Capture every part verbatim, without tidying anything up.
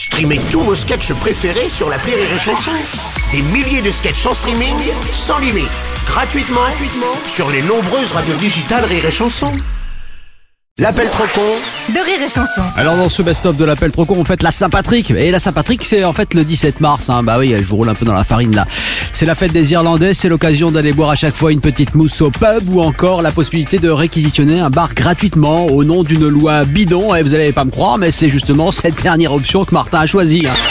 Streamez tous vos sketchs préférés sur l'appli Rire et Chanson. Des milliers de sketchs en streaming, sans limite, gratuitement, gratuitement sur les nombreuses radios digitales Rire et Chanson. L'appel trop con de Rire et Chanson. Alors dans ce best-of de l'appel trop con, on fête la Saint-Patrick. Et la Saint-Patrick, c'est en fait le dix-sept mars. Hein. Bah oui, je vous roule un peu dans la farine là. C'est la fête des Irlandais. C'est l'occasion d'aller boire à chaque fois une petite mousse au pub ou encore la possibilité de réquisitionner un bar gratuitement au nom d'une loi bidon. Et vous allez pas me croire, mais c'est justement cette dernière option que Martin a choisie. Hein.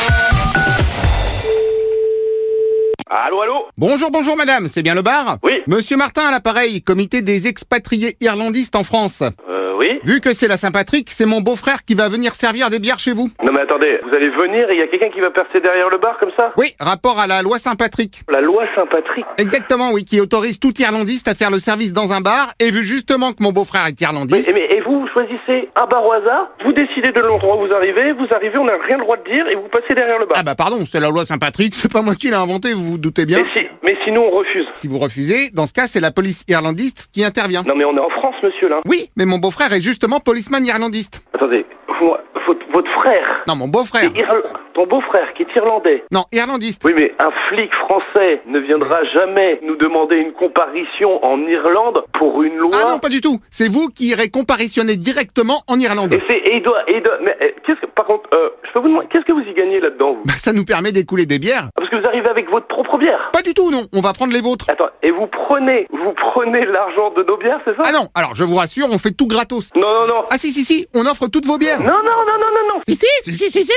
Allô, allô. Bonjour, bonjour madame, c'est bien le bar ? Oui. Monsieur Martin à l'appareil, comité des expatriés irlandistes en France. Euh, oui. Vu que c'est la Saint-Patrick, c'est mon beau-frère qui va venir servir des bières chez vous. Non mais attendez, vous allez venir et il y a quelqu'un qui va percer derrière le bar comme ça ? Oui, rapport à la loi Saint-Patrick. La loi Saint-Patrick. Exactement, oui, qui autorise tout irlandiste à faire le service dans un bar, et vu justement que mon beau-frère est Mais, irlandiste... mais, et vous, vous choisissez un bar au hasard, vous décidez de l'endroit où vous arrivez, vous arrivez, on n'a rien le droit de dire et vous passez derrière le bar. Ah bah pardon, c'est la loi Saint-Patrick, c'est pas moi qui l'ai inventé, vous vous doutez bien. Mais, si, mais sinon on refuse. Si vous refusez, dans ce cas, c'est la police irlandiste qui intervient. Non mais on est en France monsieur là. Oui, mais mon beau-frère est justement policeman irlandiste. Attendez, vous- votre, votre frère, Non, mon beau-frère. est Irl- ton beau-frère qui est irlandais. Non, irlandiste. Oui mais un flic français ne viendra jamais nous demander une comparition en Irlande pour une loi. Ah non, pas du tout. C'est vous qui irez comparitionner directement en Irlande. Et c'est et il doit et il doit mais euh, qu'est-ce que par contre euh, je peux vous demander qu'est-ce que vous y gagnez là-dedans vous? Bah, ça nous permet d'écouler des bières. Ah, parce que vous arrivez avec votre propre bière. Pas du tout, non. On va prendre les vôtres. Attends, et vous prenez vous prenez l'argent de nos bières, c'est ça? Ah non, alors je vous rassure, on fait tout gratos. Non non non. Ah si, si, si, on offre toutes vos bières. Non non non non non non. Si, si, si, si, si, si.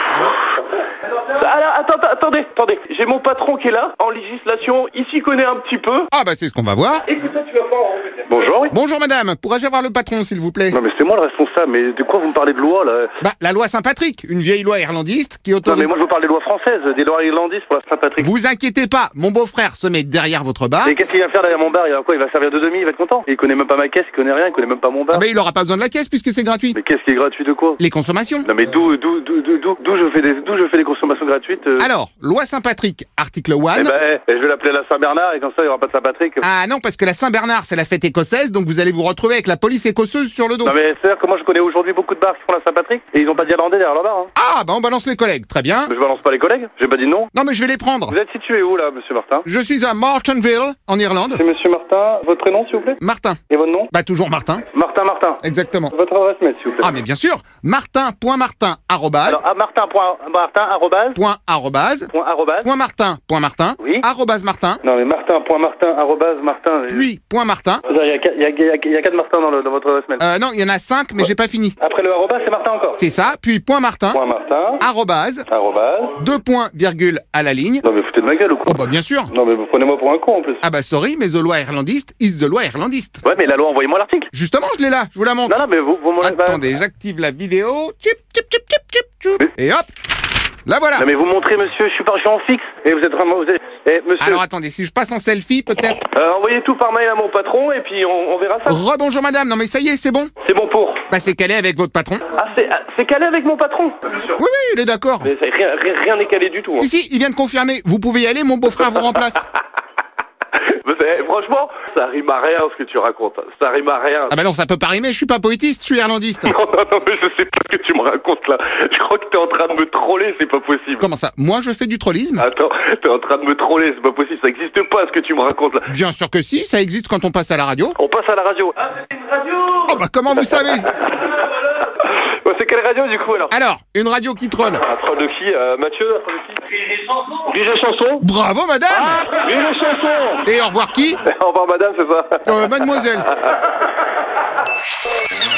Alors, attends, attends, attendez, attendez. J'ai mon patron qui est là, en législation, il s'y connaît un petit peu. Ah bah c'est ce qu'on va voir. Écoute, ça, tu vas voir. Bonjour, oui. Bonjour madame, pourrais-je avoir le patron s'il vous plaît? Non, mais c'est moi le responsable, mais de quoi vous me parlez de loi, là? Bah la loi Saint-Patrick, une vieille loi irlandiste qui Non, autorise... mais moi je vous parle des lois françaises, des lois irlandaises pour la Saint-Patrick. Vous inquiétez pas, mon beau-frère se met derrière votre bar. Et qu'est-ce qu'il vient faire derrière mon bar? Il va quoi? Il va servir de demi, il va être content. Il connaît même pas ma caisse, il connaît rien, il connaît même pas mon bar. Ah bah il aura pas besoin de la caisse puisque c'est gratuit. Mais qu'est-ce qui est gratuit de quoi? Les consommations. Non, mais d'où, d'où, d'où, d'où, d'où, d'où je fais des, d'où je fais des consommations gratuites euh... Alors, loi Saint-Patrick, article Eh un. ben, eh, je vais l'appeler la Saint-Bernard et comme ça il y aura pas de Saint-Patrick. Ah non, parce que la Saint-Bernard c'est la fête écossaise, donc vous allez vous retrouver avec la police écosseuse sur le dos. Non mais c'est-à-dire que moi je connais aujourd'hui beaucoup de bars qui font la Saint-Patrick et ils ont pas d'Irlandais derrière leur bar. Hein. Ah bah on balance les collègues, très bien. Mais je balance pas les collègues, j'ai pas dit non. Non mais je vais les prendre. Vous êtes situé où là, monsieur Martin? Je suis à Martinville, en Irlande. C'est monsieur Martin, votre prénom s'il vous plaît? Martin. Et votre nom? Bah toujours Martin. Martin Martin. Exactement. Votre adresse mail s'il vous plaît. Ah mais bien sûr. Martin.martin arrobase. Alors, à Martin point Martin arrobase. Point arrobase. Point arrobase. Point Martin. Point Martin. Oui. Arrobase Martin. Non mais Martin point Martin arrobase Martin. Puis point Martin. Il y a, quatre- il y a, il y a, il y a quatre Martin dans, le, dans votre adresse mail. Euh non, il y en a cinq, mais j'ai pas fini. Après le arrobase c'est Martin encore. C'est ça. Puis point Martin. Point Martin. Arrobase. Arrobase. Deux points virgule à la ligne. Non mais foutez de ma gueule ou quoi? Oh bah bien sûr. Non mais vous prenez-moi pour un con en plus. Ah bah sorry, mais the loi irlandiste is the loi irlandiste. Ouais mais la loi, envoyez-moi l'article. Justement, je l'ai là, je vous la montre. Non non mais vous, vous m'en Attendez, j'active la vidéo. Tchip, tchip, tchip, tchip, tchip, tchip. Mais- Et hop. La voilà. Non mais vous montrez monsieur, je suis pas, je suis en fixe. Et vous êtes vraiment, vous êtes, eh, monsieur. Alors attendez, si je passe en selfie, peut-être. Euh, envoyez tout par mail à mon patron et puis on, on verra ça. Rebonjour madame, non mais ça y est, c'est bon. C'est bon pour. Bah c'est calé avec votre patron. Ah c'est, ah, c'est calé avec mon patron. Oui, oui, il est d'accord. Mais ça, rien, rien, rien n'est calé du tout. Hein. Si, si, il vient de confirmer. Vous pouvez y aller, mon beau-frère vous remplace. Mais c'est- franchement, ça rime à rien ce que tu racontes. Ça rime à rien. Ah bah non, ça peut pas rimer, je suis pas poétiste, je suis irlandiste. Non, non, non, mais je sais pas ce que tu me racontes là. Je crois que t'es en train de me troller, c'est pas possible. Comment ça? Moi, je fais du trollisme? Attends, t'es en train de me troller, c'est pas possible. Ça existe pas ce que tu me racontes là. Bien sûr que si, ça existe quand on passe à la radio. On passe à la radio. Ah, c'est une radio. Oh bah comment vous savez? Ouais, c'est quelle radio du coup alors? Alors, une radio qui troll. Un troll de qui euh, Mathieu? Un troll de qui? Rire Chanson. Rire Chanson. Bravo madame. Ah, Rire Chanson. Et au revoir qui? Au revoir madame, c'est ça. Euh, mademoiselle.